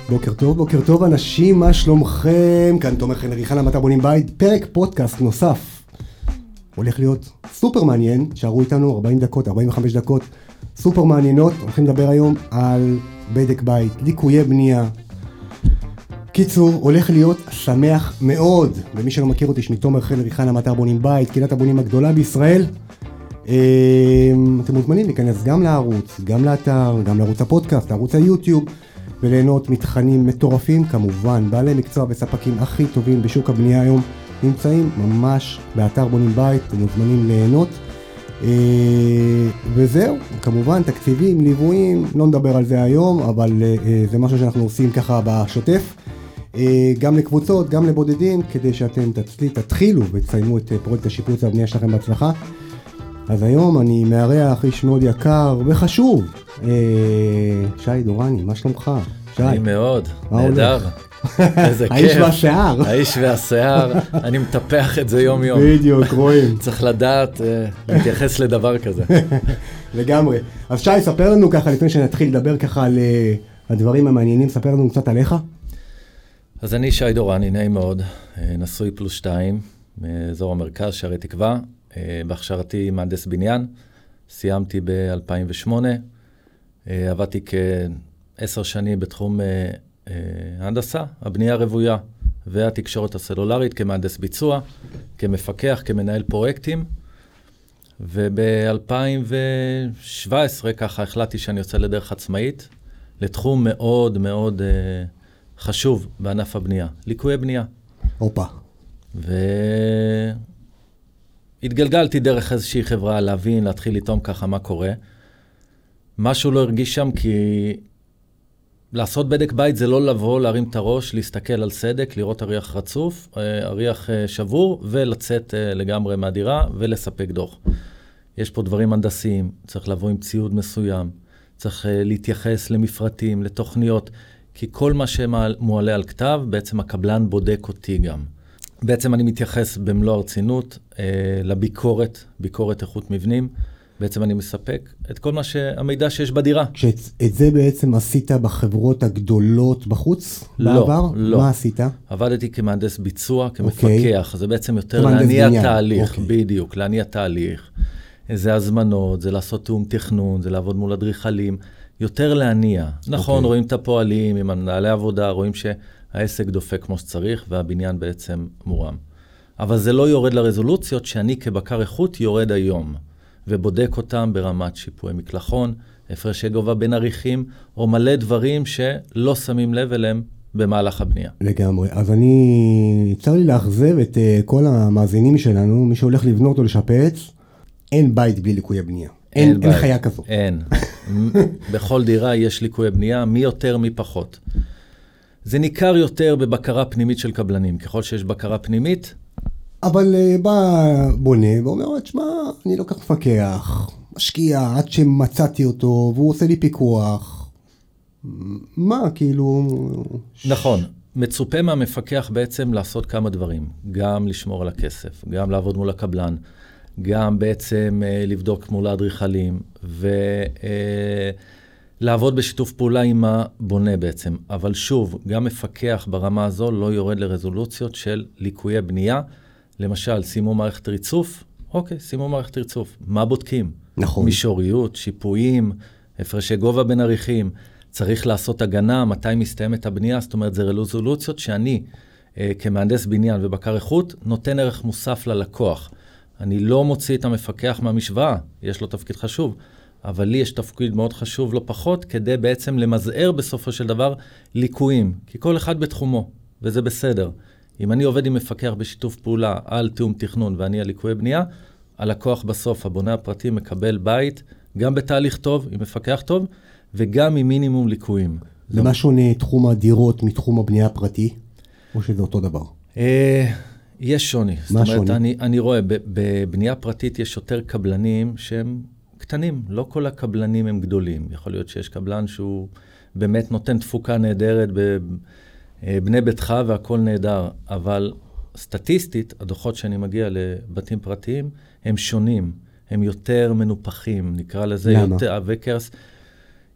בוקר טוב אנשים, מה שלומכם? כאן תומר חן ריחן, מתי בונים בית, פרק פודקאסט נוסף. הולך להיות סופר מעניין, שערו איתנו 40 דקות, 45 דקות, סופר מעניינות. הולכים לדבר היום על בדק בית, ליקויי בנייה. קיצור, הולך להיות שמח מאוד. ומי שלא מכיר אותי, שמי תומר חן ריחן, מתי בונים בית, קהילת הבונים הגדולה בישראל. אתם מוזמנים להיכנס גם לערוץ, גם לאתר, גם לערוץ הפודקאסט, לערוץ היוטיוב, וליהנות מתכנים מטורפים. כמובן, בעלי מקצוע וספקים הכי טובים בשוק הבנייה היום נמצאים ממש באתר בונים בית, אתם מוזמנים ליהנות. וזהו, כמובן תקציבים, ליוויים, לא נדבר על זה היום, אבל זה משהו שאנחנו עושים ככה בשוטף, גם לקבוצות, גם לבודדים, כדי שאתם תתחילו ותסיימו את פרויקט השיפוץ והבנייה שלכם בהצלחה. אז היום אני מארח איש מאוד יקר וחשוב, שי דורני, מה שלומך? שי. אני מאוד, נהדר. איזה כיף. האיש והשיער. האיש והשיער, אני מטפח את זה יום יום. בדיוק, רואים. צריך לדעת להתייחס לדבר כזה. לגמרי. אז שי, ספר לנו ככה, לפני שנתחיל לדבר ככה על הדברים המעניינים, ספר לנו קצת עליך. אז אני שי דורני, נעים מאוד, נשוי פלוס 2, מאזור המרכז, שערי תקווה. בהכשרתי מהנדס בניין, סיימתי ב-2008, עבדתי כ10 שנים בתחום ההנדסה, הבנייה הרוויה והתקשורת הסלולרית, כמהנדס ביצוע, כמפקח, כמנהל פרויקטים, וב-2017 ככה החלטתי שאני יוצא לדרך עצמאית, לתחום מאוד מאוד חשוב בענף הבנייה, ליקויי בנייה. אופה. התגלגלתי דרך איזושהי חברה להבין, להתחיל לטעום ככה מה קורה. משהו לא הרגיש שם, כי לעשות בדק בית זה לא לבוא, להרים את הראש, להסתכל על סדק, לראות אריח רצוף, אריח שבור, ולצאת לגמרי מהדירה ולספק דוח. יש פה דברים הנדסיים, צריך לבוא עם ציוד מסוים, צריך להתייחס למפרטים, לתוכניות, כי כל מה שמועלה על כתב, בעצם הקבלן בודק אותי גם. בעצם אני מתייחס במלוא הרצינות לביקורת, ביקורת איכות מבנים. בעצם אני מספק את כל מה המידע שיש בדירה. את זה בעצם עשית בחברות הגדולות בחוץ? בעבר? לא. מה עשית? עבדתי כמהנדס ביצוע, כמפקח. זה בעצם יותר להניע תהליך. בדיוק, להניע תהליך. זה הזמנות, זה לעשות תאום תכנון, זה לעבוד מול אדריכלים. יותר להניע. נכון, רואים את הפועלים עם מנהלי עבודה, רואים העסק דופק כמו שצריך, והבניין בעצם מורם. אבל זה לא יורד לרזולוציות שאני כבקר איכות יורד היום, ובודק אותם ברמת שיפועי מקלחון, הפרשי גובה בין עריכים, או מלא דברים שלא שמים לב אליהם במהלך הבנייה. לגמרי. אז צר לי לאכזב את כל המאזינים שלנו, מי שהולך לבנות או לשפץ, אין בית בלי ליקויי בנייה. אין חיה כזו. אין. בכל דירה יש ליקויי בנייה, מי יותר מי פחות. זה ניכר יותר בבקרה פנימית של קבלנים, ככל שיש בקרה פנימית. אבל בא בונה ואומר, תשמע, אני לא כך מפקח, משקיע עד שמצאתי אותו, והוא עושה לי פיקוח. מה, כאילו... נכון, מצופה מהמפקח בעצם לעשות כמה דברים, גם לשמור על הכסף, גם לעבוד מול הקבלן, גם בעצם לבדוק מול האדריכלים, לעבוד בשיתוף פעולה עם הבונה בעצם. אבל שוב, גם מפקח ברמה הזו לא יורד לרזולוציות של ליקויי בנייה. למשל, שימו מערכת ריצוף. אוקיי, שימו מערכת ריצוף. מה בודקים? נכון. מישוריות, שיפועים, הפרשי גובה בין עריכים. צריך לעשות הגנה, מתי מסתיימת הבנייה. זאת אומרת, זה רזולוציות שאני, כמהנדס בניין ובקר איכות, נותן ערך מוסף ללקוח. אני לא מוציא את המפקח מהמשוואה, יש לו תפקיד חשוב. אבל לי יש תפקיד מאוד חשוב, לא פחות, כדי בעצם למזער בסופו של דבר ליקויים. כי כל אחד בתחומו, וזה בסדר. אם אני עובד עם מפקח בשיתוף פעולה על תאום תכנון ואני על ליקויי בנייה, הלקוח בסוף, הבונה הפרטי, מקבל בית, גם בתהליך טוב, עם מפקח טוב, וגם עם מינימום ליקויים. זה מה שונה תחום הדירות מתחום הבנייה הפרטי, או שזה אותו דבר? יש שוני. מה זאת אומרת, שוני? אני רואה, בבנייה פרטית יש יותר קבלנים שהם קטנים, לא כל הקבלנים הם גדולים. יכול להיות שיש קבלן שהוא באמת נותן תפוקה נהדרת בבני ביתך והכל נהדר, אבל סטטיסטית, הדוחות שאני מגיע לבתים פרטיים, הם שונים, הם יותר מנופחים, נקרא לזה למה? יותר, הווקרס,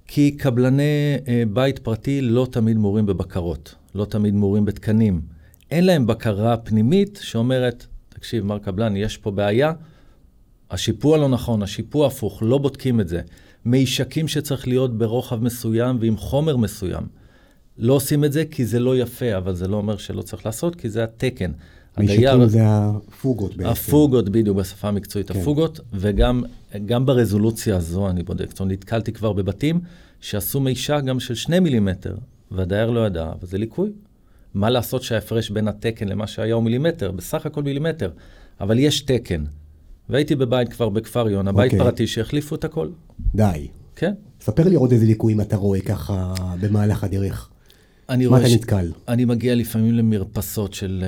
כי קבלני בית פרטי לא תמיד מורים בבקרות, לא תמיד מורים בתקנים. אין להם בקרה פנימית שאומרת, תקשיב, מר קבלן, יש פה בעיה, השיפוע לא נכון, השיפוע הפוך, לא בודקים את זה. מישקים שצריך להיות ברוחב מסוים ועם חומר מסוים. לא עושים את זה כי זה לא יפה, אבל זה לא אומר שלא צריך לעשות, כי זה התקן. מישקים זה הפוגות בעצם. הפוגות, בדיוק, בשפה המקצועית, כן. הפוגות, וגם ברזולוציה הזו אני בודק. זאת אומרת, נתקלתי כבר בבתים שעשו מישה גם של 2 מילימטר, והדייר לא ידע, וזה ליקוי. מה לעשות שההפרש בין התקן למה שהיה הוא מילימטר? בסך הכל מילימטר, אבל יש תקן. והייתי בבית כבר בכפר יונה, בית פרטי שהחליפו את הכל. די. כן. ספר לי עוד איזה ליקויים אתה רואה ככה במהלך הדרך. מה אתה נתקל? אני מגיע לפעמים למרפסות של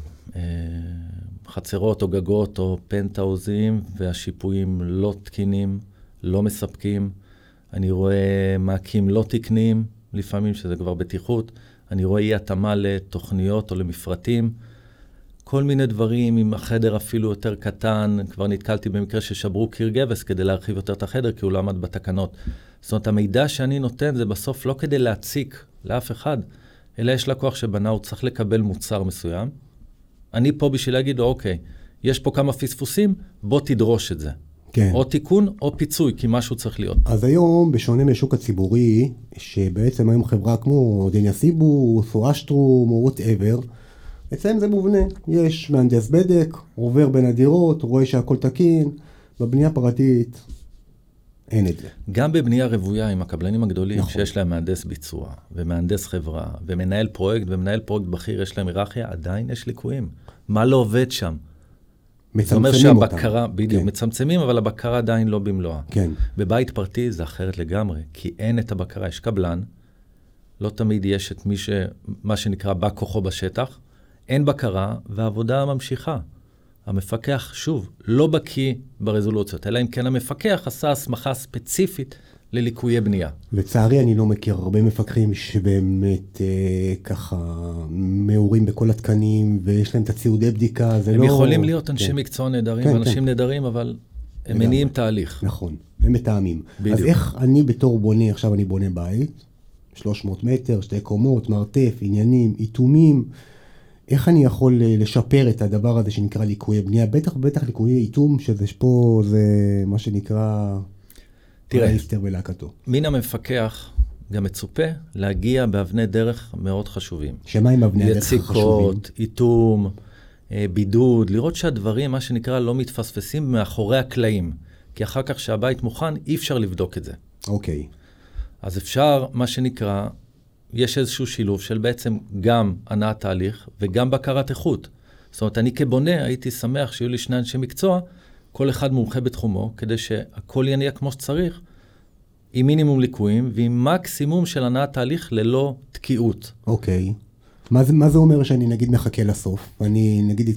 חצרות או גגות או פנטאוזים, והשיפועים לא תקינים, לא מספקים. אני רואה מעקים לא תקניים, לפעמים שזה כבר בטיחות. אני רואה אי התאמה לתוכניות או למפרטים. כל מיני דברים, עם החדר אפילו יותר קטן, כבר נתקלתי במקרה ששברו קיר גבס כדי להרחיב יותר את החדר, כי הוא לא עמד בתקנות. זאת אומרת, המידע שאני נותן זה בסוף לא כדי להציק לאף אחד, אלא יש לקוח שבנה, הוא צריך לקבל מוצר מסוים. אני פה בשביל להגיד, אוקיי, יש פה כמה פספוסים, בוא תדרוש את זה. כן. או תיקון או פיצוי, כי משהו צריך להיות. אז היום, בשונה משוק הציבורי, שבעצם היום חברה כמו דניה סיבוס, או אשטרום, או whatever, אצלם זה מובנה. יש מהנדס בדק, עובר בין הדירות, רואה שהכל תקין, בבנייה פרטית אין את זה. גם בבנייה רבויה עם הקבלנים הגדולים, נכון. שיש להם מהנדס ביצוע, ומהנדס חברה, ומנהל פרויקט, ומנהל פרויקט בכיר, יש להם היררכיה, עדיין יש ליקויים. מה לא עובד שם? מצמצמים אותם. זאת אומרת שהבקרה, בדיוק, כן. מצמצמים, אבל הבקרה עדיין לא במלואה. כן. בבית פרטי זה אחרת לגמרי, כי אין את הבקרה. יש קבלן, לא תמיד יש את מה שנקרא בא כוחו בשטח, אין בקרה, והעבודה ממשיכה. המפקח, שוב, לא בקיא ברזולוציות, אלא אם כן המפקח עשה הסמכה ספציפית לליקויי בנייה. לצערי אני לא מכיר הרבה מפקחים שבאמת ככה מעורים בכל התקנים, ויש להם את הציודי בדיקה, זה הם לא... יכולים להיות אנשי כן. מקצוע נהדרים, כן, ואנשים כן. נהדרים, אבל הם מניעים תהליך. נכון, הם מתאמים. בדיוק. אז איך אני בתור בונה, עכשיו אני בונה בית, 300 מטר, 2 קומות, מרתף, עניינים, איתומים, איך אני יכול לשפר את הדבר הזה שנקרא ליקויי בנייה? בטח ליקויי איתום, שזה פה, זה מה שנקרא... תראה, האיסטר ולהקתו. מן המפקח גם מצופה להגיע באבני דרך מאוד חשובים. שמה עם אבני הדרך החשובים? יציקות, איתום, בידוד, לראות שהדברים, מה שנקרא, לא מתפספסים מאחורי הקלעים. כי אחר כך שהבית מוכן, אי אפשר לבדוק את זה. אוקיי. אז אפשר, מה שנקרא, יש איזשהו שילוב של בעצם גם הנעת תהליך וגם בקרת איכות. זאת אומרת, אני כבונה הייתי שמח שיהיו לי 2 אנשי מקצוע, כל אחד מומחה בתחומו, כדי שהכל יניע כמו שצריך, עם מינימום ליקויים ועם מקסימום של הנעת תהליך ללא תקיעות. אוקיי. מה זה אומר שאני נגיד מחכה לסוף? אני נגיד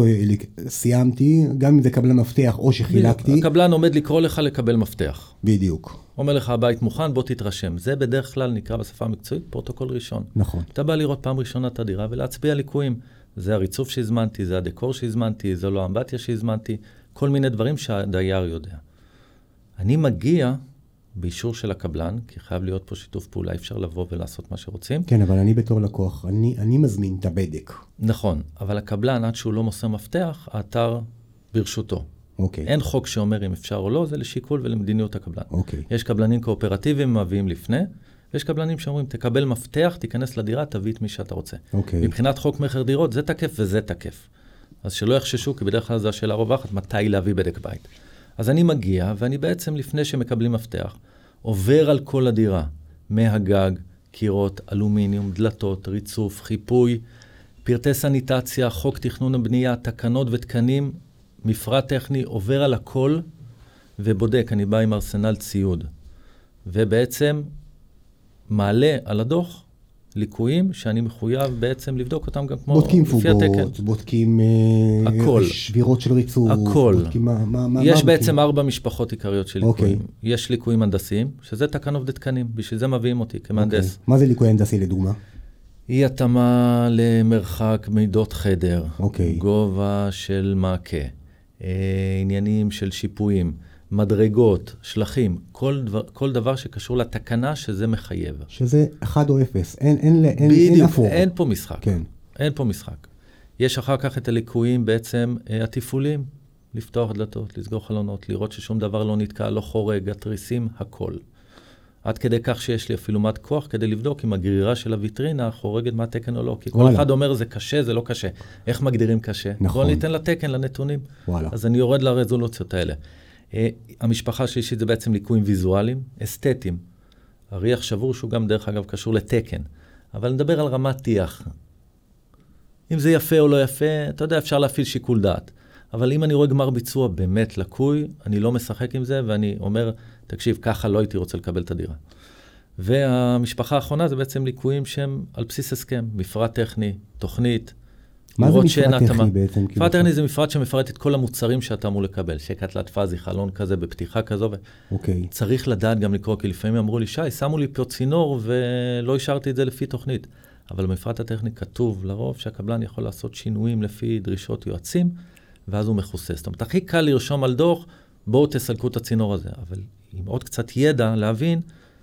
סיימתי, גם אם זה קבלן מפתח או שחילקתי. הקבלן עומד לקרוא לך לקבל מפתח. בדיוק. אומר לך, הבית מוכן, בוא תתרשם. זה בדרך כלל נקרא בשפה המקצועית פרוטוקול ראשון. נכון. אתה בא לראות פעם ראשונה את הדירה ולהצביע ליקויים. זה הריצוף שהזמנתי, זה הדקור שהזמנתי, זה לא האמבטיה שהזמנתי, כל מיני דברים שהדייר יודע. אני מגיע באישור של הקבלן, כי חייב להיות פה שיתוף פעולה, אפשר לבוא ולעשות מה שרוצים. כן, אבל אני בתור לקוח, אני מזמין את הבדק. נכון, אבל הקבלן, עד שהוא לא מוסר מפתח, האתר ברשותו. אוקיי. אין חוק שאומר אם אפשר או לא, זה לשיקול ולמדיניות הקבלן. אוקיי. יש קבלנים קואופרטיביים, מביאים לפני, ויש קבלנים שאומרים, תקבל מפתח, תיכנס לדירה, תביא את מי שאתה רוצה. אוקיי. מבחינת חוק מחיר דירות, זה תקף וזה תקף. אז שלא יחששו, כי בדרך כלל זו השאלה רווחת, מתי להביא בדק בית. אז אני מגיע, ואני בעצם לפני שמקבלים מפתח, עובר על כל הדירה, מהגג, קירות, אלומיניום, דלתות, ריצוף, חיפוי, פרטי סניטציה, חוק תכנון הבנייה, תקנות ותקנים, מפרט טכני, עובר על הכל ובודק. אני בא עם ארסנל ציוד, ובעצם מעלה על הדוח ליקויים שאני מחויב בעצם לבדוק אותם גם כמו בודקים לפי התקן. פוגות, בודקים הכל. שבירות של ריצוף. הכל. בודקים יש בעצם 4 משפחות עיקריות של ליקויים. אוקיי. יש ליקויים הנדסיים, שזה תקנות ותקנים, בשביל זה מביאים אותי כמהנדס. אוקיי. מה זה ליקוי הנדסי לדוגמה? אי התאמה למרחק מידות חדר, אוקיי. גובה של מעקה, עניינים של שיפועים, מדרגות, שלחים, כל דבר שקשור לתקנה שזה מחייב. שזה 1 או 0, אין אפור. אין פה משחק. כן. אין פה משחק. יש אחר כך את הליקויים בעצם התפעולים, לפתוח דלתות, לסגור חלונות, לראות ששום דבר לא נתקע, לא חורג, התריסים, הכל. עד כדי כך שיש לי אפילו מעט כוח כדי לבדוק אם הגרירה של הוויטרינה חורגת מהתקן או לא. כי כל אחד אומר זה קשה, זה לא קשה. איך מגדירים קשה? נכון. בוא ניתן לתקן, לנתונים. וואלה. אז אני יורד לרזולוציות האלה. המשפחה השלישית זה בעצם ליקויים ויזואליים, אסתטיים. הריח שבור שהוא גם דרך אגב קשור לתקן. אבל נדבר על רמת טיח. אם זה יפה או לא יפה, אתה יודע, אפשר להפעיל שיקול דעת. אבל אם אני רואה גמר ביצוע באמת לקוי, אני לא משחק עם זה, ואני אומר, תקשיב, ככה לא הייתי רוצה לקבל את הדירה. והמשפחה האחרונה זה בעצם ליקויים שהם על בסיס הסכם, מפרט טכני, תוכנית. מה זה מפרט טכני בעצם? מפרט טכני זה מפרט שמפרט את כל המוצרים שאתה אמור לקבל, שקטלת פאזי, חלון כזה, בפתיחה כזו. אוקיי. צריך לדעת גם לקרוא, כי לפעמים אמרו לי, שי, שמו לי פה צינור ולא השארתי את זה לפי תוכנית. אבל במפרט הטכני כתוב לרוב שהקבלן יכול לעשות שינויים לפי דרישות יועצים, ואז הוא מחוסס. זאת אומרת, הכי קל לרשום על דוח, בואו תסלקו את הצינור הזה. אבל עם עוד קצת ידע להבין,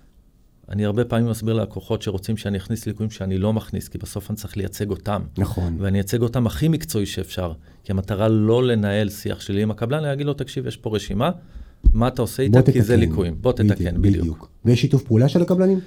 אני הרבה פעמים מסביר ללקוחות שרוצים שאני אכניס ליקויים שאני לא מכניס, כי בסוף אני צריך לייצג אותם. נכון. ואני אייצג אותם הכי מקצועי שאפשר, כי המטרה לא לנהל שיח שלי עם הקבלן, להגיד לו, תקשיב, יש פה רשימה, מה אתה עושה איתה? כי זה ליקויים. בוא תתקן, בדיוק. ויש שיתוף פעולה של הקבלנים?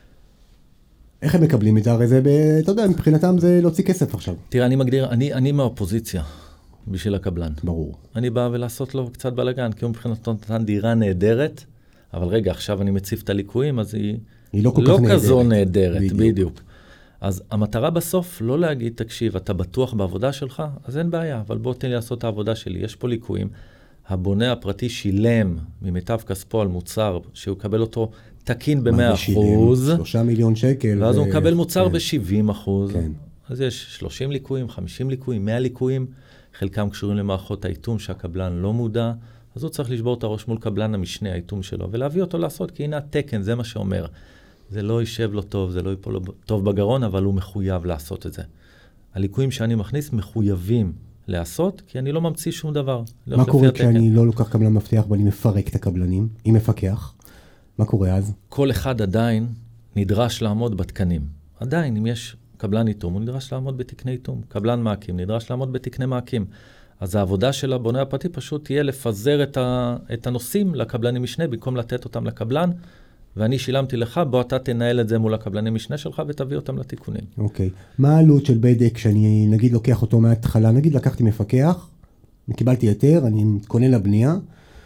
איך הם מקבלים את זה? הרי זה, אתה יודע, מבחינתם זה להוציא כסף עכשיו. תראה, אני מגדיר, אני מהאופוזיציה בשביל הקבלן. ברור. אני בא ולעשות לו קצת בלגן, כי הוא מבחינתו נתן דירה נהדרת, אבל רגע, עכשיו אני מציף את הליקויים, אז היא לא כזו נהדרת, בדיוק. אז המטרה בסוף לא להגיד, תקשיב, אתה בטוח בעבודה שלך, אז אין בעיה, אבל בוא תן לי לעשות את העבודה שלי. יש פה ליקויים. הבונה הפרטי שילם ממיטב כספו על מוצר, שהוא יקבל אותו תקין ב-100%. 3 מיליון שקל. ואז הוא מקבל מוצר ב-70%. כן. אז יש 30 ליקויים, 50 ליקויים, 100 ליקויים, חלקם קשורים למערכות האיתום שהקבלן לא מודע, אז הוא צריך לשבור את הראש מול קבלן המשנה, האיתום שלו, ולהביא אותו לעשות, כי הנה התקן, זה מה שאומר. זה לא יישב לו טוב, זה לא ייפול לו טוב בגרון, אבל הוא מחויב לעשות את זה. הליקויים שאני מכניס מחויבים לעשות, כי אני לא ממציא שום דבר. מה קורה כשאני לא לוקח קבלן מפתח, ואני מפרק את הקבלנים, עם מפקח? מה קורה אז? כל אחד עדיין נדרש לעמוד בתקנים. עדיין, אם יש קבלן איתום, הוא נדרש לעמוד בתקני איתום. קבלן מעקים, נדרש לעמוד בתקני מעקים. אז העבודה של הבונה הפרטי פשוט תהיה לפזר את הנושאים לקבלנים משנה, במקום לתת אותם לקבלן, ואני שילמתי לך, בוא אתה תנהל את זה מול הקבלנים משנה שלך, ותביא אותם לתיקונים. אוקיי. מה העלות של בדק שאני, נגיד, לוקח אותו מההתחלה? נגיד, לקחתי מפקח, קיבלתי היתר, אני מתכונן לבנייה,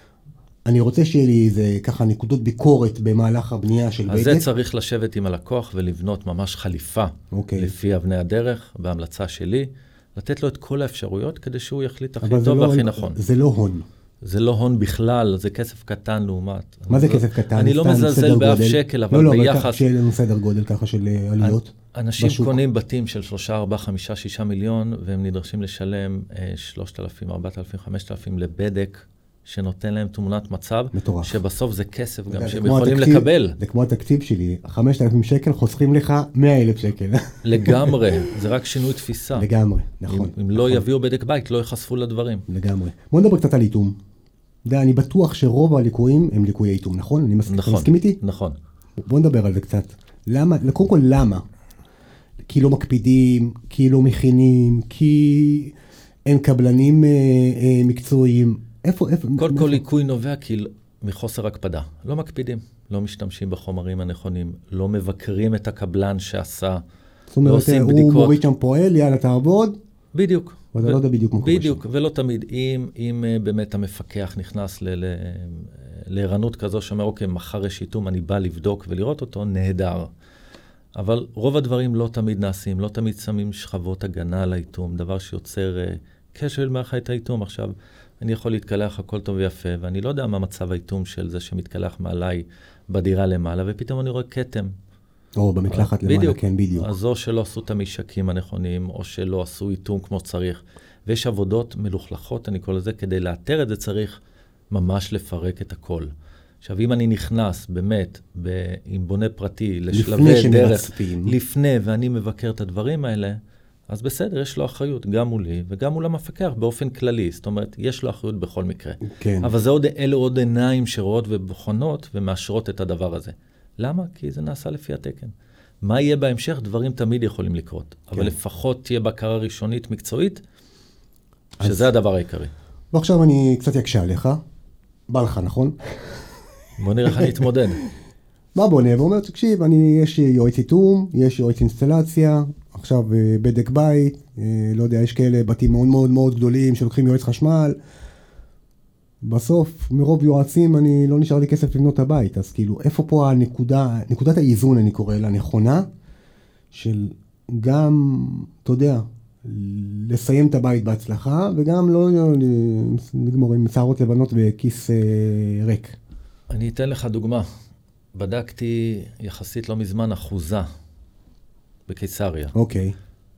אני רוצה שיהיה לי איזה ככה נקודות ביקורת במהלך הבנייה של בדק. אז זה צריך לשבת עם הלקוח ולבנות ממש חליפה, לפי אבני הדרך, בהמלצה שלי, לתת לו את כל האפשרויות, כדי שהוא יחליט הכי טוב והכי נכון. זה לא הון. זה לא הון בכלל, זה כסף קטן לעומת. מה זה כסף קטן? אני לא מזלזל באף שקל, אבל ביחס... לא, שיהיה לנו סדר גודל ככה של עלויות. אנשים קונים בתים של 3, 4, 5, 6 מיליון, והם נדרשים לשלם 3,000, 4,000, 5,000 לבדק, שנותן להם תמונת מצב, שבסוף זה כסף גם שהם יכולים לקבל. זה כמו התקציב שלי, 5,000 שקל חוסכים לך 100,000 שקל. לגמרי, זה רק שינוי תפיסה. לגמרי, נכון. אם לא יביאו בדק בית, לא יחשפו לדברים. לגמרי. בוא נדבר קצת על איתום. אני בטוח שרוב הליקויים הם ליקויי איתום, נכון? אני מסכים איתי? נכון. בוא נדבר על זה קצת. למה? קודם כל, למה? כי לא מקפידים, כי לא מכינים, כי אין קבלנים מקצועיים. כל ליקוי נובע מחוסר הקפדה. לא מקפידים, לא משתמשים בחומרים הנכונים, לא מבקרים את הקבלן שעשה, לא עושים בדיקות. הוא מוריד שם פועל, יאללה תעבוד. בדיוק. ואתה לא יודע בדיוק מה קורה שם. בדיוק, ולא תמיד. אם באמת המפקח נכנס לערנות כזו שאומר, אוקיי, מחר יש איתום, אני בא לבדוק ולראות אותו, נהדר. אבל רוב הדברים לא תמיד נעשים, לא תמיד שמים שכבות הגנה על האיתום, דבר שיוצר כשל מערכת האיתום. עכשיו, אני יכול להתקלח הכל טוב ויפה, ואני לא יודע מה מצב האיתום של זה שמתקלח מעליי בדירה למעלה, ופתאום אני רואה כתם. או במקלחת למעלה, כן, בדיוק. אז או שלא עשו את המשקים הנכונים, או שלא עשו איתום כמו צריך. ויש עבודות מלוכלכות, אני קורא לזה, כדי לאתר את זה צריך ממש לפרק את הכל. עכשיו, אם אני נכנס באמת עם בונה פרטי לשלבי דרך, לפני ואני מבקר את הדברים האלה, אז בסדר, יש לו אחריות גם מולי וגם מול המפקח באופן כללי. זאת אומרת, יש לו אחריות בכל מקרה. כן. אבל אלו עוד עיניים שרואות ובוחנות ומאשרות את הדבר הזה. למה? כי זה נעשה לפי התקן. מה יהיה בהמשך? דברים תמיד יכולים לקרות. כן. אבל לפחות תהיה בקרה ראשונית מקצועית, שזה הדבר העיקרי. ועכשיו אני קצת יקשה עליך. בא לך, נכון? בוא נראה איך אני אתמודד. מה בונה? ואומר, תקשיב, יש יועץ איתום, יש יועץ אינסטלציה, עכשיו בדק בית, לא יודע, יש כאלה בתים מאוד מאוד מאוד גדולים שלוקחים יועץ חשמל. בסוף, מרוב יועצים, לא נשאר לי כסף לבנות את הבית. אז כאילו, איפה פה נקודת האיזון, אני קורא לה נכונה, של גם, אתה יודע, לסיים את הבית בהצלחה, וגם לא לגמור עם שערות לבנות וכיס ריק. אני אתן לך דוגמה. בדקתי יחסית לא מזמן אחוזה בקיסריה. אוקיי.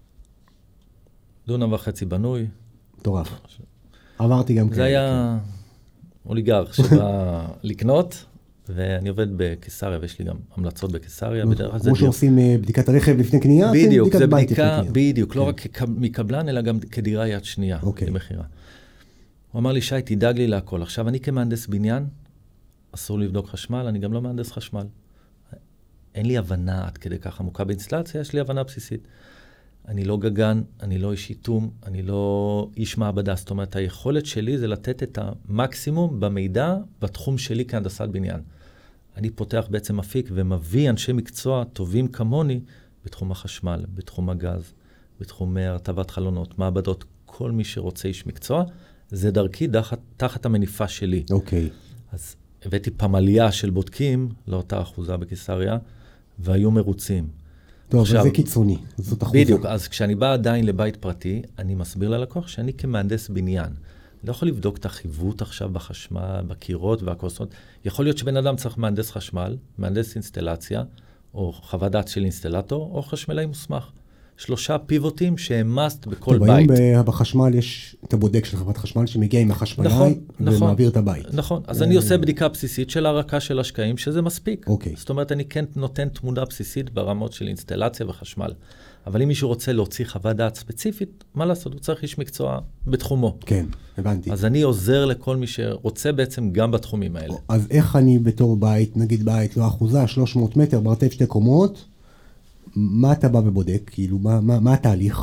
1.5 דונם בנוי. מטורף. עברתי גם זה היה אוליגרך שבא לקנות, ואני עובד בקיסריה, ויש לי גם המלצות בקיסריה. כמו שעושים בדיקת הרכב לפני קנייה, בדיוק, זה בדיקה, בדיוק, לא רק מקבלן, אלא גם כדירה יד שנייה, למחירה. הוא אמר לי, שי, תדאג לי להכל. עכשיו, אני כמהנדס בניין, אסור לבדוק חשמל, אני גם לא מהנדס חשמל. אין לי הבנה עד כדי כך עמוקה באינסטלציה, יש לי הבנה בסיסית. אני לא גגן, אני לא איש איתום, אני לא איש מעבדה. זאת אומרת, היכולת שלי זה לתת את המקסימום במידע בתחום שלי כהנדסת בניין. אני פותח בעצם אפיק ומביא אנשי מקצוע טובים כמוני בתחום החשמל, בתחום הגז, בתחום הרטבת חלונות, מעבדות, כל מי שרוצה איש מקצוע, זה דרכי תחת המניפה שלי. אוקיי. אז הבאתי פמליה של בודקים לאותה אחוזה בקיסריה, והיו מרוצים. טוב, עכשיו, זה קיצוני, זאת אחוזה. בדיוק, אז כשאני בא עדיין לבית פרטי, אני מסביר ללקוח שאני כמהנדס בניין. אני לא יכול לבדוק את החיווט עכשיו בחשמל, בקירות והכוסות. יכול להיות שבן אדם צריך מהנדס חשמל, מהנדס אינסטלציה, או חוות דעת של אינסטלטור, או חשמלאי מוסמך. 3 פיבוטים שהם מאסט בכל טוב, בית. היום בחשמל יש את הבודק של חברת חשמל שמגיע עם החשמלאי ומעביר את הבית. נכון, אז אני עושה בדיקה בסיסית של הרקה של השקעים, שזה מספיק. אוקיי. זאת אומרת, אני כן נותן תמונה בסיסית ברמות של אינסטלציה וחשמל. אבל אם מישהו רוצה להוציא חוות דעת ספציפית, מה לעשות? הוא צריך איש מקצוע בתחומו. כן, הבנתי. אז אני עוזר לכל מי שרוצה בעצם גם בתחומים האלה. אז איך אני בתור בית, נגיד בית, לא אחוזה, 300 מטר, מרתף 2 קומות, מה אתה בא ובודק? כאילו, מה התהליך?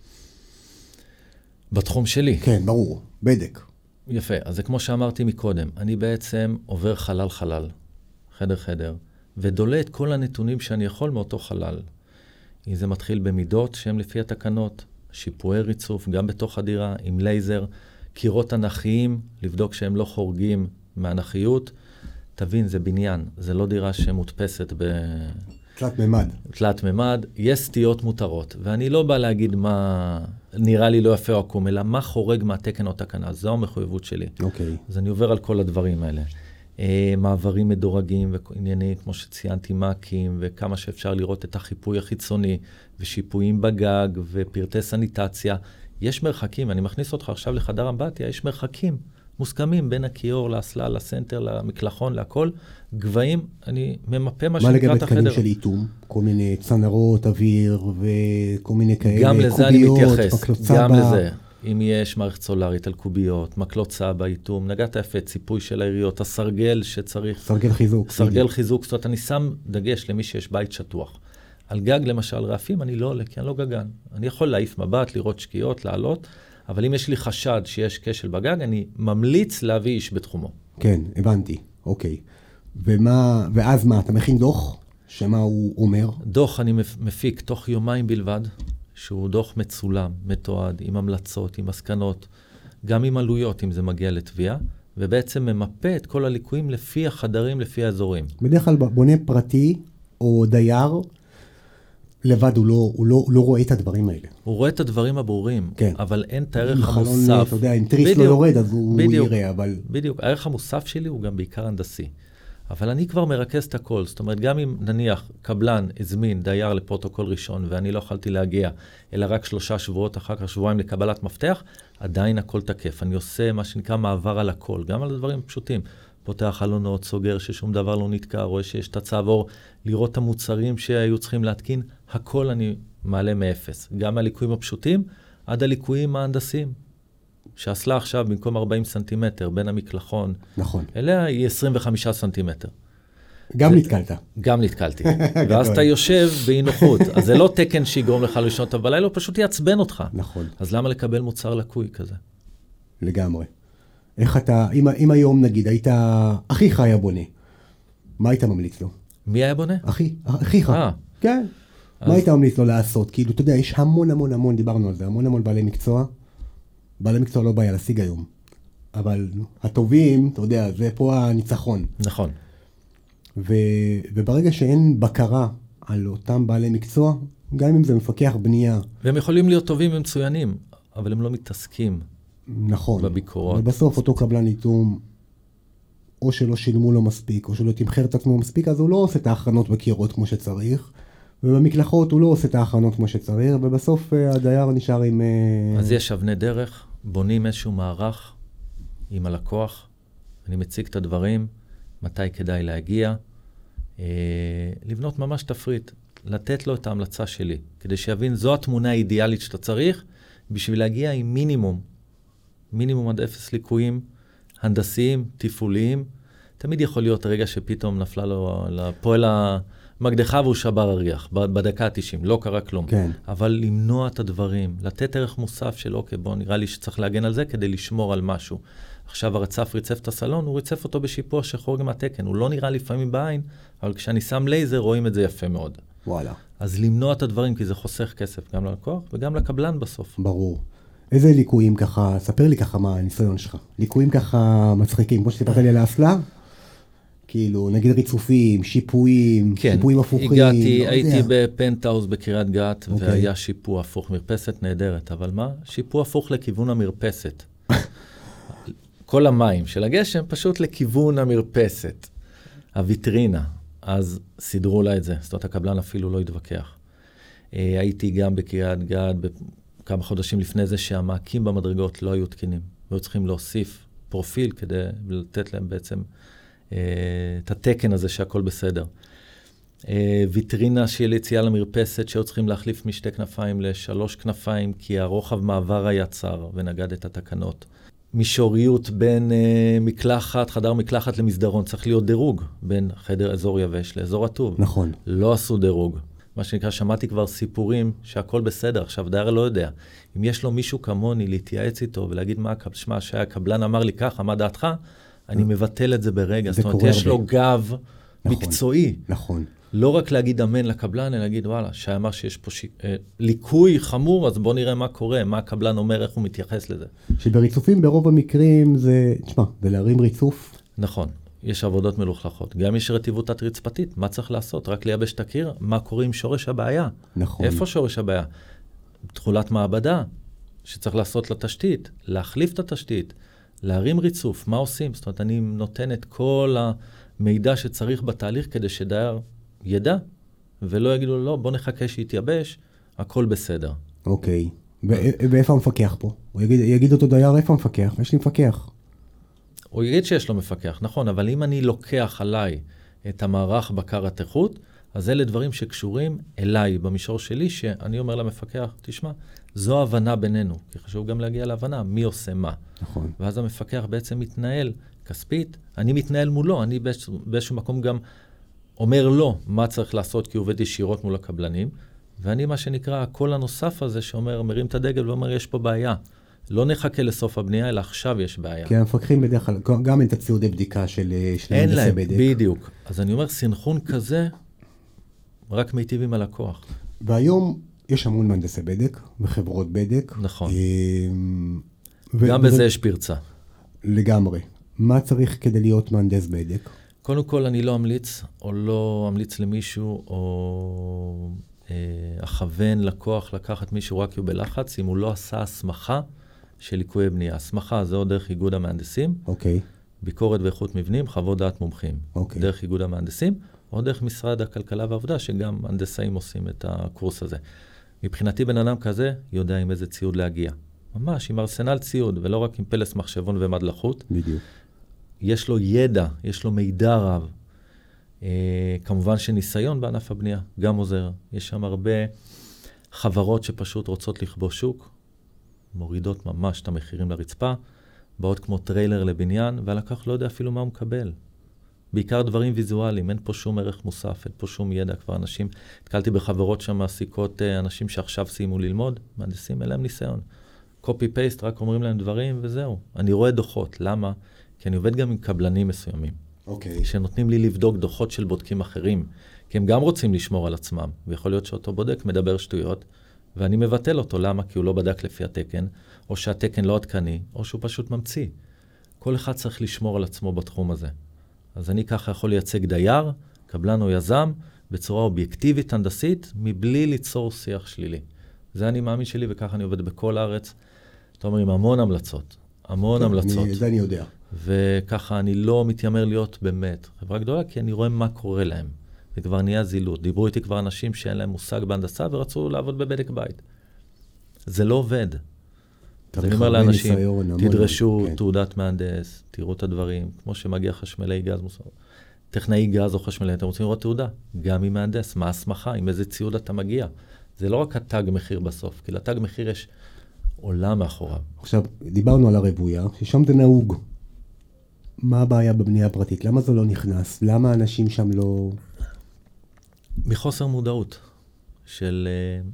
בתחום שלי. כן, ברור. בדק. יפה. אז זה כמו שאמרתי מקודם. אני בעצם עובר חלל, חדר, ודולה את כל הנתונים שאני יכול מאותו חלל. אם זה מתחיל במידות שהן לפי התקנות, שיפועי ריצוף, גם בתוך הדירה, עם לייזר, קירות אנכיים, לבדוק שהם לא חורגים מהאנכיות. תבין, זה בניין. זה לא דירה שמודפסת תלת ממד, יש סטיות מותרות, ואני לא בא להגיד מה נראה לי לא יפה או עקום, אלא מה חורג מהתקן או תקנה, זו המחויבות שלי. אוקיי. אז אני עובר על כל הדברים האלה. מעברים מדורגים ועניינים, כמו שציינתי, מקים, וכמה שאפשר לראות את החיפוי החיצוני, ושיפויים בגג, ופרטי סניטציה. יש מרחקים, אני מכניס אותך עכשיו לחדר אמבטיה, יש מרחקים מוסכמים בין הכיור, לאסלה, לסנטר, למקלחון, להכל. גבהים, אני ממפה מה שנקרא את החדר. מה לגבי תקנים של איתום? כל מיני צנרות, אוויר וכל מיני כאלה, גם לזה קוביות, אני מתייחס, מקלוצה גם לזה. אם יש מערכת סולרית על קוביות, מקלוצה באיתום, נגעת יפה, ציפוי של העיריות, הסרגל שצריך. סרגל חיזוק. סרגל חיזוק, זאת אומרת, אני שם דגש למי שיש בית שטוח. על גג, למשל, רעפים, אני לא עולה, כי אני לא גגן. אני יכול להעיף מבט, לראות שקיעות, לעלות, אבל אם יש לי חשד שיש כשל בגג, אני ממליץ להביא איש בתחומו. כן, הבנתי, אוקיי. ואז מה, אתה מכין דוח? שמה הוא אומר? דוח אני מפיק תוך יומיים בלבד, שהוא דוח מצולם, מתועד, עם המלצות, עם מסקנות, גם עם עלויות, אם זה מגיע לתביעה, ובעצם ממפה את כל הליקויים לפי החדרים, לפי האזורים. בדרך כלל בונה פרטי או דייר, לבד הוא לא רואה את הדברים האלה. הוא רואה את הדברים הברורים, כן. אבל אין את הערך חלון, המוסף. אתה יודע, אם טריס לא יורד, אז הוא יראה, אבל... בדיוק, הערך המוסף שלי הוא גם בעיקר הנדסי. אבל אני כבר מרכז את הכל, זאת אומרת, גם אם נניח קבלן הזמין דייר לפרוטוקול ראשון, ואני לא יכולתי להגיע, אלא רק 3 שבועות, אחר כך שבועיים לקבלת מפתח, עדיין הכל תקף. אני עושה מה שנקרא מעבר על הכל, גם על הדברים פשוטים. פותח חלונות, סוגר ששום דבר לא נתקע, רואה שיש את הצעבור, לראות את המוצרים שהיו צריכים להתקין, הכל אני מעלה מאפס. גם מהליקויים הפשוטים עד הליקויים ההנדסיים. שהסלה עכשיו במקום 40 סנטימטר בין המקלחון, נכון. אליה היא 25 סנטימטר. גם נתקלת. גם נתקלתי. ואז אתה יושב באי נוחות. אז זה לא תקן שיגרום לך לישון טוב בלילה, הוא פשוט יעצבן אותך. נכון. אז למה לקבל מוצר לקוי כזה? לגמרי. איך אתה, אם היום נגיד, אחיך היה בונה, מה היית ממליץ לו? מי היה בונה? אחיך. כן. מה היית ממליץ לו לעשות? כאילו, אתה יודע, יש המון, דיברנו על זה, המון בעלי מקצוע. בעלי מקצוע לא בעיה להשיג היום. אבל הטובים, אתה יודע, זה פה הניצחון. נכון. וברגע שאין בקרה על אותם בעלי מקצוע, גם אם זה מפקח בנייה. והם יכולים להיות טובים ומצוינים, אבל הם לא מתעסקים. נכון. בביקורות. ובסוף אותו קבלן איתום, או שלא שילמו לו מספיק, או שלא תמחר את עצמו מספיק, אז הוא לא עושה את ההכנות בקירות כמו שצריך, ובמקלחות הוא לא עושה את ההכנות כמו שצריך, ובסוף הדייר נשאר עם... אז יש אבני דרך, בונים איזשהו מערך עם הלקוח, אני מציג את הדברים, מתי כדאי להגיע, לבנות ממש תפריט, לתת לו את ההמלצה שלי, כדי שיבין זו התמונה האידיאלית שאתה צריך, בשביל להגיע עם מינימום עד 0 ליקויים, הנדסיים, תפעוליים. תמיד יכול להיות רגע שפתאום נפלה לו לפועל המקדחה והוא שבר הריח, בדקה ה-90, לא קרה כלום. כן. אבל למנוע את הדברים, לתת ערך מוסף של אוקיי, בוא נראה לי שצריך להגן על זה כדי לשמור על משהו. עכשיו הרצף ריצף את הסלון, הוא ריצף אותו בשיפוע שחורג מהתקן, הוא לא נראה לפעמים בעין, אבל כשאני שם לייזר רואים את זה יפה מאוד. וואלה. אז למנוע את הדברים, כי זה חוסך כסף גם ללקוח וגם לקבלן בסוף. ברור. איזה ליקויים ככה, ספר לי ככה מה הניסיון שלך. ליקויים ככה מצחיקים, כמו שסיפרת לי על האסלה, כאילו נגיד ריצופים, שיפועים, כן, שיפועים הפוכים. הגעתי, הייתי בפנטהאוז בקריית גת, והיה שיפוע הפוך, מרפסת נהדרת, אבל מה? שיפוע הפוך לכיוון המרפסת. כל המים של הגשם פשוט לכיוון המרפסת, הוויטרינה. אז סידרו לה את זה, זאת אומרת, הקבלן אפילו לא התווכח. הייתי גם בקריית גת, כמה חודשים לפני זה שהמעקים במדרגות לא היו תקינים, והיו צריכים להוסיף פרופיל כדי לתת להם בעצם את התקן הזה שהכל בסדר. ויטרינה של יציאה למרפסת שהיו צריכים להחליף משתי כנפיים ל3 כנפיים, כי הרוחב מעבר היה צר ונגד את התקנות. מישוריות בין מקלחת, חדר מקלחת למסדרון, צריך להיות דירוג בין חדר אזור יבש לאזור רטוב. נכון. לא עשו דירוג. מה שנקרא, שמעתי כבר סיפורים שהכל בסדר, עכשיו דייר לא יודע. אם יש לו מישהו כמוני להתייעץ איתו ולהגיד מה שהקבלן אמר לי ככה, מה דעתך, אני מבטל את זה ברגע. זאת אומרת, יש לו גב מקצועי. נכון. לא רק להגיד אמן לקבלן, אלא להגיד, וואלה, שאמר שיש פה ליקוי חמור, אז בוא נראה מה קורה, מה הקבלן אומר, איך הוא מתייחס לזה. שבריצופים ברוב המקרים זה, תשמע, זה להרים ריצוף. נכון. יש עבודות מלוכלכות. גם יש רטיבות תת-רצפתית. מה צריך לעשות? רק לייבש את הקיר? מה קורה עם שורש הבעיה? נכון. איפה שורש הבעיה? תכולת מעבדה, שצריך לעשות לתשתית, להחליף את התשתית, להרים ריצוף. מה עושים? זאת אומרת, אני נותן את כל המידע שצריך בתהליך כדי שדייר ידע, ולא יגידו לו, לא, בוא נחכה שיתייבש, הכל בסדר. אוקיי. ואיפה המפקח פה? הוא יגיד אותו דייר, איפה המפקח? יש לי מפקח. הוא יגיד שיש לו מפקח, נכון, אבל אם אני לוקח עליי את המערך בקרת איכות, אז אלה דברים שקשורים אליי במישור שלי, שאני אומר למפקח, תשמע, זו הבנה בינינו, כי חשוב גם להגיע להבנה, מי עושה מה. נכון. ואז המפקח בעצם מתנהל כספית, אני מתנהל מולו, אני באיזשהו מקום גם אומר לו מה צריך לעשות, כי הוא עובד ישירות מול הקבלנים, ואני מה שנקרא, הקול הנוסף הזה שאומר, מרים את הדגל ואומר, יש פה בעיה. לא נחכה לסוף הבנייה, אלא עכשיו יש בעיה. כי המפקחים בדרך כלל, גם אין את הציודי בדיקה של אין להם, בדיוק. אז אני אומר, סנכרון כזה, רק מיטיב עם הלקוח. והיום יש המון מהנדסי בדק, וחברות בדק. נכון. גם בזה יש פרצה. לגמרי. מה צריך כדי להיות מהנדס בדק? קודם כל, אני לא אמליץ, או לא אמליץ למישהו, או אכוון לקוח לקחת מישהו רק כי הוא בלחץ, אם הוא לא עשה הסמכה של ליקויי בנייה. הסמכה זה או דרך איגוד המהנדסים, אוקיי. ביקורת ואיכות מבנים, חוות דעת מומחים. אוקיי. דרך איגוד המהנדסים, או דרך משרד הכלכלה והעבודה, שגם הנדסאים עושים את הקורס הזה. מבחינתי בן אדם כזה יודע עם איזה ציוד להגיע. ממש, עם ארסנל ציוד, ולא רק עם פלס מחשבון ומדלחות. בדיוק. יש לו ידע, יש לו מידע רב. כמובן שניסיון בענף הבנייה גם עוזר. יש שם הרבה חברות שפשוט רוצות לכבוש שוק, מורידות ממש את המחירים לרצפה, באות כמו טריילר לבניין, והלקוח לא יודע אפילו מה הוא מקבל. בעיקר דברים ויזואליים, אין פה שום ערך מוסף, אין פה שום ידע. כבר אנשים, התקלתי בחברות שם מעסיקות אנשים שעכשיו סיימו ללמוד, מהנדסים, אין להם ניסיון. קופי פייסט, רק אומרים להם דברים וזהו. אני רואה דוחות, למה? כי אני עובד גם עם קבלנים מסוימים. אוקיי. שנותנים לי לבדוק דוחות של בודקים אחרים, כי הם גם רוצים לשמור על עצמם, ויכול להיות שאותו בודק מדבר שטויות, ואני מבטל אותו, למה? כי הוא לא בדק לפי התקן, או שהתקן לא עדכני, או שהוא פשוט ממציא. כל אחד צריך לשמור על עצמו בתחום הזה. אז אני ככה יכול לייצג דייר, קבלן או יזם, בצורה אובייקטיבית, הנדסית, מבלי ליצור שיח שלילי. זה אני מאמין שלי, וככה אני עובד בכל הארץ. אתה אומר, עם המון המלצות. המון המלצות. זה אני יודע. וככה אני לא מתיימר להיות באמת חברה גדולה, כי אני רואה מה קורה להם. זה כבר נהיה זילות. דיברו איתי כבר אנשים שאין להם מושג בהנדסה, ורצו לעבוד בבדק בית. זה לא עובד. אז אני אומר לאנשים, תדרשו תעודת מהנדס, תראו את הדברים, כמו שמגיע חשמלי גז, טכנאי גז או חשמלי, אתם רוצים לראות תעודה, גם עם מהנדס, מה הסמכה, עם איזה ציוד אתה מגיע. זה לא רק התג מחיר בסוף, כי לתג מחיר יש עולם מאחוריו. עכשיו, דיברנו על הרבויה, ששם זה נהוג. מה הבעיה בבנייה הפרטית? למה זה לא נכנס? למה האנשים שם לא... מחוסר מודעות של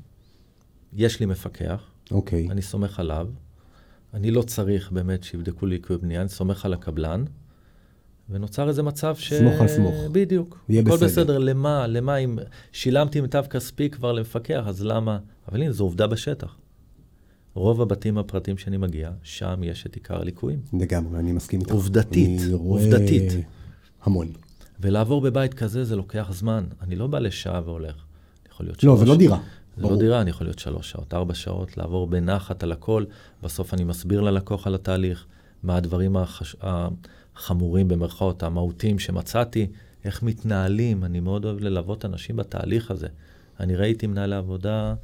יש לי מפקח, אוקיי. אני סומך עליו, אני לא צריך באמת שיבדקו לי ליקוי בנייה, אני סומך על הקבלן, ונוצר איזה מצב סמוך על סמוך. בדיוק. יהיה הכל בסדר. בסדר, למה אם שילמתי מיטב כספי כבר למפקח, אז למה? אבל הנה, זו עובדה בשטח. רוב הבתים הפרטיים שאני מגיע, שם יש את עיקר הליקויים. לגמרי, אני מסכים איתך. עובדתית, אני רואה עובדתית. המון. ולעבור בבית כזה זה לוקח זמן. אני לא בא לשעה והולך. יכול להיות לא, זה לא דירה. זה לא דירה, אני יכול להיות 3 שעות, 4 שעות, לעבור בנחת על הכל. בסוף אני מסביר ללקוח על התהליך, מה הדברים החמורים במרכאות, המהותיים שמצאתי, איך מתנהלים. אני מאוד אוהב ללוות אנשים בתהליך הזה. אני ראיתי מנהל העבודה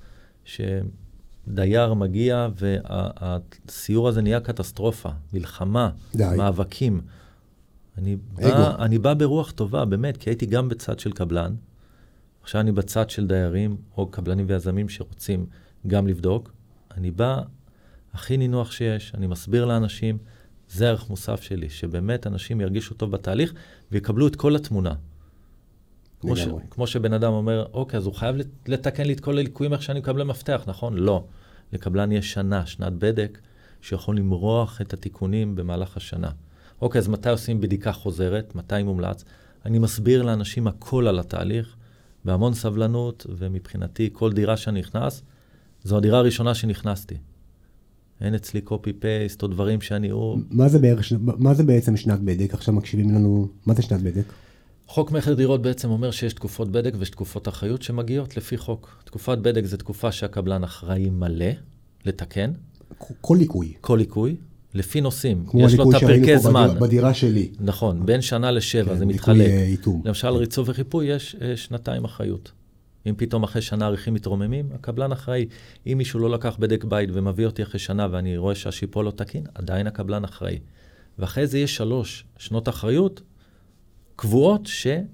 שדייר מגיע, והסיור הזה נהיה קטסטרופה, מלחמה, מאבקים. אני בא ברוח טובה, באמת, כי הייתי גם בצד של קבלן, עכשיו אני בצד של דיירים, או קבלנים ויזמים שרוצים גם לבדוק. אני בא הכי נינוח שיש, אני מסביר לאנשים, זה ערך מוסף שלי, שבאמת אנשים ירגישו טוב בתהליך, ויקבלו את כל התמונה. כמו שבן אדם אומר, אוקיי, אז הוא חייב לתקן לי את כל הליקויים איך שאני מקבל מפתח, נכון? לא. לקבלן יש שנת בדק, שיכול למרוח את התיקונים במהלך השנה. אוקיי, אז מתי עושים בדיקה חוזרת? מתי מומלץ? אני מסביר לאנשים הכל על התהליך, בהמון סבלנות, ומבחינתי כל דירה שאני נכנס, זו הדירה הראשונה שנכנסתי. אין אצלי קופי פייסט או דברים שאני... מה זה בעצם שנת בדק? עכשיו מקשיבים לנו, מה זה שנת בדק? חוק מכר דירות בעצם אומר שיש תקופות בדק ויש תקופות אחריות שמגיעות לפי חוק. תקופת בדק זה תקופה שהקבלן אחראי מלא לתקן. כל ליקוי. כל ליקוי. לפי נושאים. יש לו את הפרקי זמן. בדירה שלי. נכון, בין שנה ל7 זה מתחלק. למשל, ריצוף וחיפוי יש 2 אחריות. אם פתאום אחרי שנה עריכים מתרוממים, הקבלן אחראי. אם מישהו לא לקח בדק בית ומביא אותי אחרי שנה ואני רואה שהשיפול לא תקין, עדיין הקבלן אחראי. ואחרי זה יש 3 שנות אחריות קבועות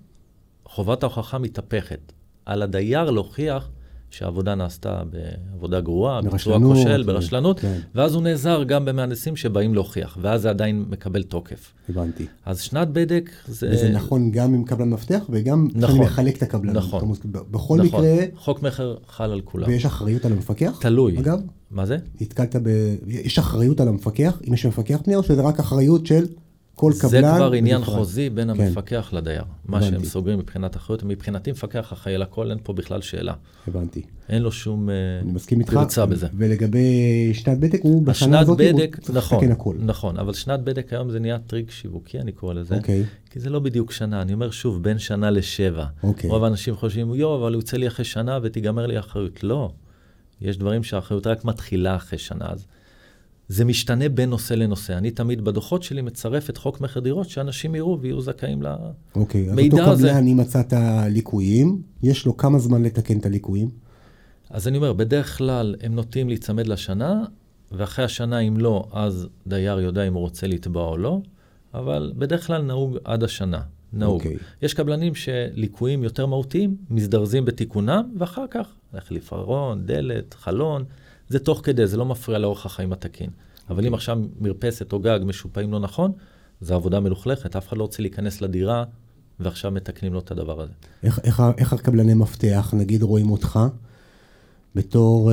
שחובת ההוכחה מתהפכת. על הדייר להוכיח שהעבודה נעשתה בעבודה גרועה, בצורה כושל, ברשלנות, כן. ואז הוא נעזר גם במהנדסים שבאים להוכיח, ואז זה עדיין מקבל תוקף. הבנתי. אז שנת בדק זה... וזה נכון גם עם קבלן מפתח, וגם נכון, אני מחלק את הקבלן. נכון. בכל נכון. מקרה... חוק מכר חל על כולם. ויש אחריות על המפקח? תלוי. אגב? מה זה? התקלת יש אחריות על המפקח, אם יש מפקח פנייה, או שזה רק אחריות של... כל קבלן... זה כבר עניין חוזי בין המפקח לדייר. מה שהם סוגרים מבחינת אחריות, מבחינתי מפקח אחראי על הכל, אין פה בכלל שאלה. הבנתי. אין לו שום פרצה בזה. ולגבי שנת בדק, הוא בשנה הזאת הוא צריך לתקן הכל. נכון, אבל שנת בדק היום זה נהיה טריק שיווקי, אני קורא לזה. אוקיי. כי זה לא בדיוק שנה, אני אומר שוב, בין שנה ל7. אוקיי. רוב האנשים חושבים, אבל הוא יוצא לי אחרי שנה ותיגמר לי האחריות. לא. יש דברים שהאחריות רק מתחילה אחרי שנה, אז זה משתנה בין נושא לנושא. אני תמיד בדוחות שלי מצרף את חוק מכר דירות, שאנשים יראו ויהיו זכאים למידע הזה. אוקיי, אז אותו קבלן, אם מצא את הליקויים, יש לו כמה זמן לתקן את הליקויים? אז אני אומר, בדרך כלל הם נוטים להיצמד לשנה, ואחרי השנה, אם לא, אז דייר יודע אם הוא רוצה לתבוע או לא, אבל בדרך כלל נהוג עד השנה. נהוג. יש קבלנים שליקויים יותר מהותיים, מזדרזים בתיקונם, ואחר כך, להחליף ארון, דלת, חלון, זה תוך כדי, זה לא מפריע לאורך החיים התקין. אבל אם עכשיו מרפסת או גג משופעים לא נכון, זו עבודה מלוכלכת, אף אחד לא רוצה להיכנס לדירה, ועכשיו מתקנים לו את הדבר הזה. איך הקבלני מפתח, נגיד רואים אותך, בתור,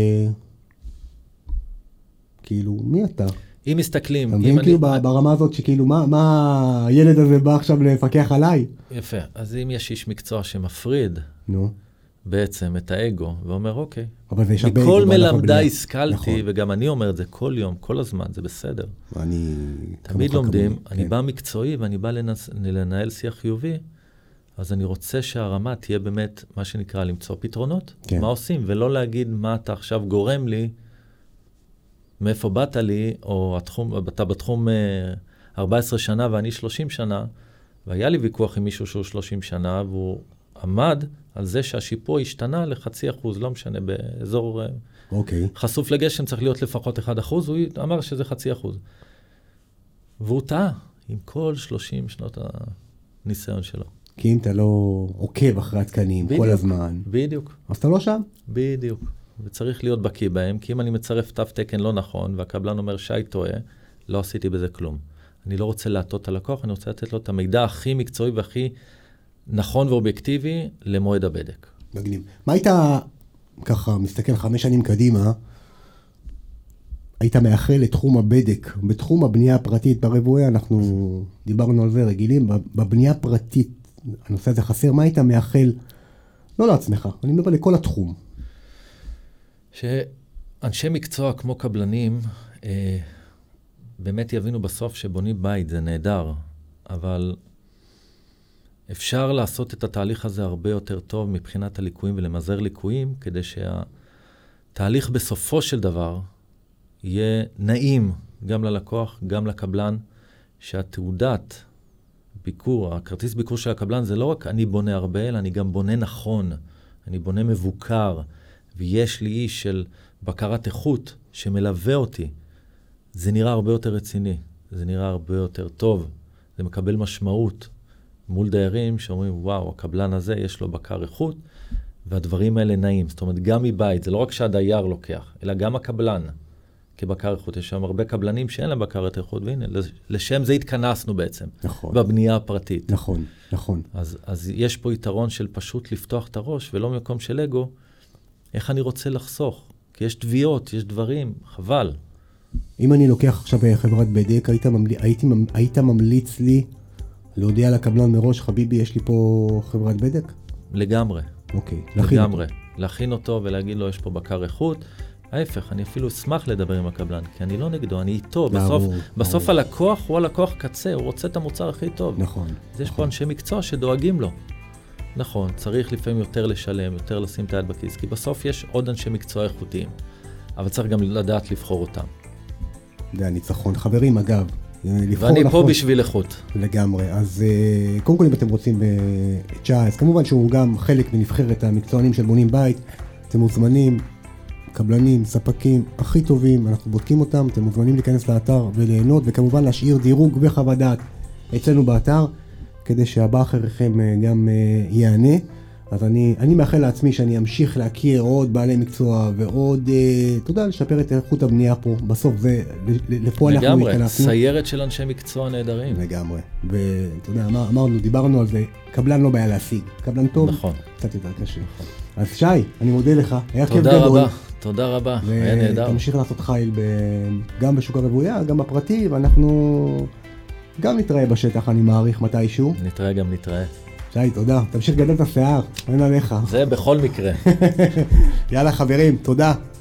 כאילו, מי אתה? אם מסתכלים... אתה מבין כאילו ברמה הזאת שכאילו, מה הילד הזה בא עכשיו לפקח עליי? יפה, אז אם יש איש מקצוע שמפריד, נו. בעצם את האגו, ואומר, אוקיי, מכל מכל מלמדה השכלתי, וגם אני אומר את זה כל יום, כל הזמן, זה בסדר. תמיד לומדים, אני בא מקצועי, ואני בא לנהל שיח חיובי, אז אני רוצה שהרמה תהיה באמת, מה שנקרא, למצוא פתרונות, מה עושים, ולא להגיד מה אתה עכשיו גורם לי, מאיפה באת לי, או אתה בתחום 14 שנה ואני 30 שנה, והיה לי ויכוח עם מישהו שהוא 30 שנה, והוא עמד על זה שהשיפוע השתנה ל0.5%, לא משנה, באזור חשוף לגשם צריך להיות לפחות 1%, הוא אמר שזה 0.5%. והוא טעה עם כל 30 שנות הניסיון שלו. כי אם אתה לא עוקב אחרי התקנים כל הזמן. בדיוק. אז אתה לא שם? בדיוק. וצריך להיות בקיא בהם, כי אם אני מצרף תו תקן לא נכון, והקבלן אומר שי טועה, לא עשיתי בזה כלום. אני לא רוצה להטות את הלקוח, אני רוצה לתת לו את המידע הכי מקצועי והכי נכון ואובייקטיבי למועד הבדק. מגניב. מה היית, ככה, מסתכל 5 שנים קדימה, היית מאחל לתחום הבדק, בתחום הבנייה הפרטית, ברבועי, אנחנו דיברנו על זה רגילים, בבנייה הפרטית, הנושא הזה חסר, מה היית מאחל, לא לעצמך, אני מדבר לכל התחום. שאנשי מקצוע כמו קבלנים, באמת יבינו בסוף שבונים בית, זה נהדר, אבל אפשר לעשות את התהליך הזה הרבה יותר טוב מבחינת הליקויים ולמזער ליקויים, כדי שהתהליך בסופו של דבר יהיה נעים גם ללקוח, גם לקבלן, שהתעודת ביקור, הכרטיס ביקור של הקבלן, זה לא רק אני בונה הרבה, אלא אני גם בונה נכון, אני בונה מבוקר, ויש לי איש של בקרת איכות שמלווה אותי. זה נראה הרבה יותר רציני, זה נראה הרבה יותר טוב, זה מקבל משמעות מול דיירים שאומרים, וואו, הקבלן הזה יש לו בקר איכות, והדברים האלה נעים. זאת אומרת, גם מבית, זה לא רק שהדייר לוקח, אלא גם הקבלן כבקר איכות. יש שם הרבה קבלנים שאין להם בקרת איכות, והנה, לשם זה התכנסנו בעצם, נכון. בבנייה הפרטית. נכון, נכון. אז יש פה יתרון של פשוט לפתוח את הראש, ולא ממקום של אגו, איך אני רוצה לחסוך? כי יש תביעות, יש דברים, חבל. אם אני לוקח עכשיו חברת בדק, היית ממליץ לי להודיע לקבלן מראש, חביבי, יש לי פה חברת בדק? לגמרי. אוקיי. לגמרי. להכין אותו ולהגיד לו, יש פה בקר איכות. ההפך, אני אפילו אשמח לדבר עם הקבלן, כי אני לא נגדו, אני איתו. בסוף הלקוח הוא הלקוח קצה, הוא רוצה את המוצר הכי טוב. נכון. אז יש פה אנשי מקצוע שדואגים לו. נכון, צריך לפעמים יותר לשלם, יותר לשים את היד בכיס, כי בסוף יש עוד אנשי מקצוע איכותיים, אבל צריך גם לדעת לבחור אותם. זה הניצחון. חברים, אגב, ואני פה בשביל איכות. לגמרי. אז קודם כל, אם אתם רוצים אז כמובן שהוא גם חלק מנבחרת המקצוענים של בונים בית, אתם מוזמנים, קבלנים, ספקים הכי טובים, אנחנו בודקים אותם, אתם מוזמנים להיכנס לאתר וליהנות, וכמובן להשאיר דירוג וחוות דעת אצלנו באתר, כדי שהבא אחריכם גם יענה. אז אני מאחל לעצמי שאני אמשיך להכיר עוד בעלי מקצוע ועוד, תודה, לשפר את איכות הבנייה פה. בסוף זה, לפה אנחנו התכנסנו. לגמרי, סיירת של אנשי מקצוע נהדרים. לגמרי. ואתה יודע, דיברנו על זה, קבלן לא בעיה להשיג. קבלן טוב, נכון. קצת יותר קשה. אז שי, אני מודה לך, היה כיף גדול. תודה רבה, תודה רבה, היה נהדר. ותמשיך לעשות חיל גם בשוק הרבויה, גם בפרטי, ואנחנו גם נתראה בשטח, אני מעריך מתישהו. נתראה גם נתראה. שי, תודה. תמשיך לגדל את השיער, אין עליך. זה בכל מקרה. יאללה חברים, תודה.